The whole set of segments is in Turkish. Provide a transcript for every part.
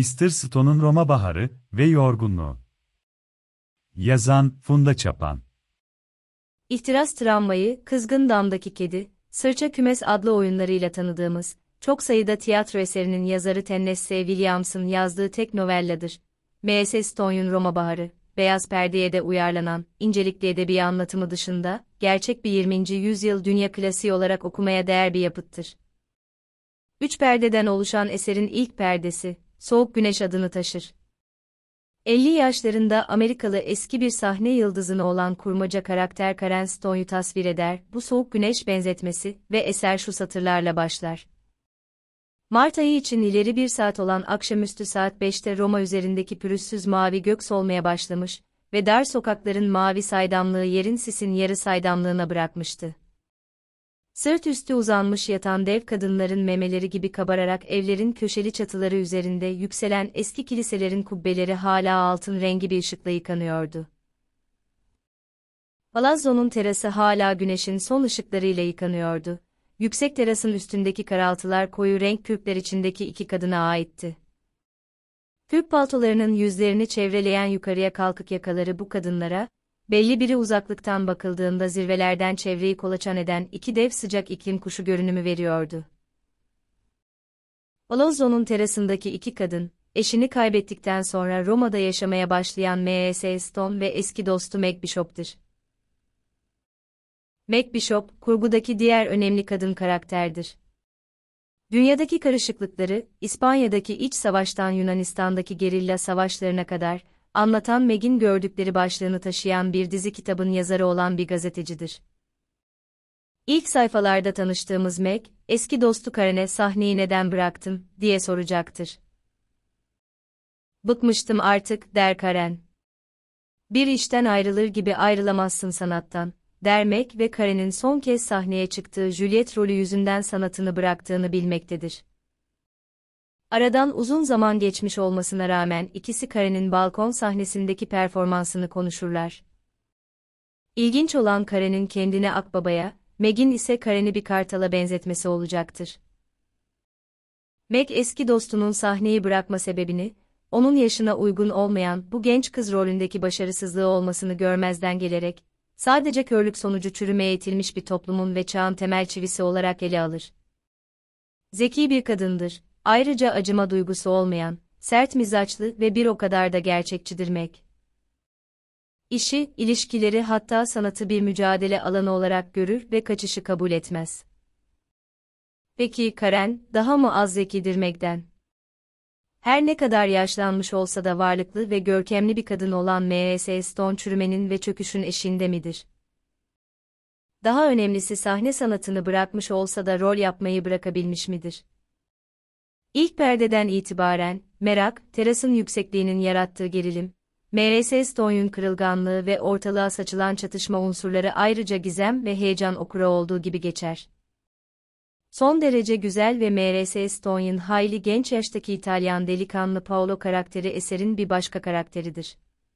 Mr. Stone'un Roma Baharı ve Yorgunluğu. Yazan Funda Çapan. İhtiras Tramvayı, Kızgın Dam'daki Kedi, Sırça Kümes adlı oyunlarıyla tanıdığımız, çok sayıda tiyatro eserinin yazarı Tennessee Williams'ın yazdığı tek novelladır. M.S. Stone'un Roma Baharı, beyaz perdeye de uyarlanan, incelikli edebi anlatımı dışında, gerçek bir 20. yüzyıl dünya klasiği olarak okumaya değer bir yapıttır. 3 perdeden oluşan eserin ilk perdesi, Soğuk Güneş adını taşır. 50 yaşlarında Amerikalı eski bir sahne yıldızını olan kurmaca karakter Karen Stone'yu tasvir eder, bu soğuk güneş benzetmesi ve eser şu satırlarla başlar. Mart ayı için ileri bir saat olan akşamüstü saat 5'te Roma üzerindeki pürüzsüz mavi gök solmaya başlamış ve dar sokakların mavi saydamlığı yerin sisin yarı saydamlığına bırakmıştı. Sırt üstü uzanmış yatan dev kadınların memeleri gibi kabararak evlerin köşeli çatıları üzerinde yükselen eski kiliselerin kubbeleri hala altın rengi bir ışıkla yıkanıyordu. Palazzo'nun terası hala güneşin son ışıklarıyla yıkanıyordu. Yüksek terasın üstündeki karaltılar koyu renk kürkler içindeki iki kadına aitti. Kürk paltolarının yüzlerini çevreleyen yukarıya kalkık yakaları bu kadınlara, belli biri uzaklıktan bakıldığında zirvelerden çevreyi kolaçan eden iki dev sıcak iklim kuşu görünümü veriyordu. Palazzo'nun terasındaki iki kadın, eşini kaybettikten sonra Roma'da yaşamaya başlayan M.S. Stone ve eski dostu Meg Bishop'tur. Meg Bishop, kurgudaki diğer önemli kadın karakterdir. Dünyadaki karışıklıkları, İspanya'daki iç savaştan Yunanistan'daki gerilla savaşlarına kadar, anlatan Meg'in gördükleri başlığını taşıyan bir dizi kitabın yazarı olan bir gazetecidir. İlk sayfalarda tanıştığımız Meg, eski dostu Karen'e sahneyi neden bıraktım, diye soracaktır. Bıkmıştım artık, der Karen. Bir işten ayrılır gibi ayrılamazsın sanattan, der Meg ve Karen'in son kez sahneye çıktığı Juliet rolü yüzünden sanatını bıraktığını bilmektedir. Aradan uzun zaman geçmiş olmasına rağmen ikisi Karen'in balkon sahnesindeki performansını konuşurlar. İlginç olan Karen'in kendini akbabaya, Meg'in ise Karen'i bir kartala benzetmesi olacaktır. Meg eski dostunun sahneyi bırakma sebebini, onun yaşına uygun olmayan bu genç kız rolündeki başarısızlığı olmasını görmezden gelerek, sadece körlük sonucu çürümeye itilmiş bir toplumun ve çağın temel çivisi olarak ele alır. Zeki bir kadındır. Ayrıca acıma duygusu olmayan, sert mizaçlı ve bir o kadar da gerçekçidir Meg. İşi, ilişkileri hatta sanatı bir mücadele alanı olarak görür ve kaçışı kabul etmez. Peki Karen, daha mı az zekidir Meg'den? Her ne kadar yaşlanmış olsa da varlıklı ve görkemli bir kadın olan M.S. Stone çürümenin ve çöküşün eşiğinde midir? Daha önemlisi sahne sanatını bırakmış olsa da rol yapmayı bırakabilmiş midir? İlk perdeden itibaren, merak, terasın yüksekliğinin yarattığı gerilim, M.S. Stone'un kırılganlığı ve ortalığa saçılan çatışma unsurları ayrıca gizem ve heyecan okura olduğu gibi geçer. Son derece güzel ve M.S. Stone'un hayli genç yaştaki İtalyan delikanlı Paolo karakteri eserin bir başka karakteridir.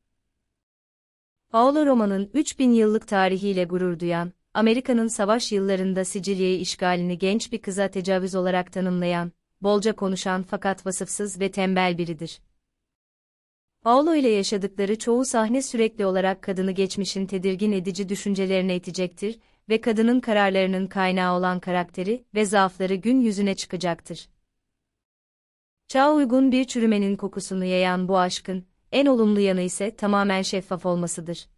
Paolo Roma'nın 3000 yıllık tarihiyle gurur duyan, Amerika'nın savaş yıllarında Sicilya'yı işgalini genç bir kıza tecavüz olarak tanımlayan, bolca konuşan fakat vasıfsız ve tembel biridir. Paolo ile yaşadıkları çoğu sahne sürekli olarak kadını geçmişin tedirgin edici düşüncelerine itecektir ve kadının kararlarının kaynağı olan karakteri ve zaafları gün yüzüne çıkacaktır. Çağa uygun bir çürümenin kokusunu yayan bu aşkın, en olumlu yanı ise tamamen şeffaf olmasıdır.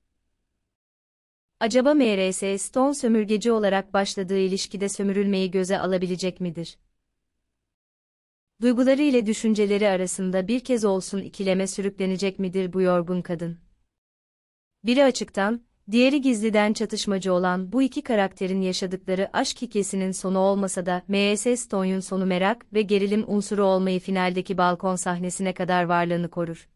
Acaba M.S. Stone sömürgeci olarak başladığı ilişkide sömürülmeyi göze alabilecek midir? Duyguları ile düşünceleri arasında bir kez olsun ikileme sürüklenecek midir bu yorgun kadın? Biri açıktan, diğeri gizliden çatışmacı olan bu iki karakterin yaşadıkları aşk hikayesinin sonu olmasa da M.S. Stone'un sonu merak ve gerilim unsuru olmayı finaldeki balkon sahnesine kadar varlığını korur.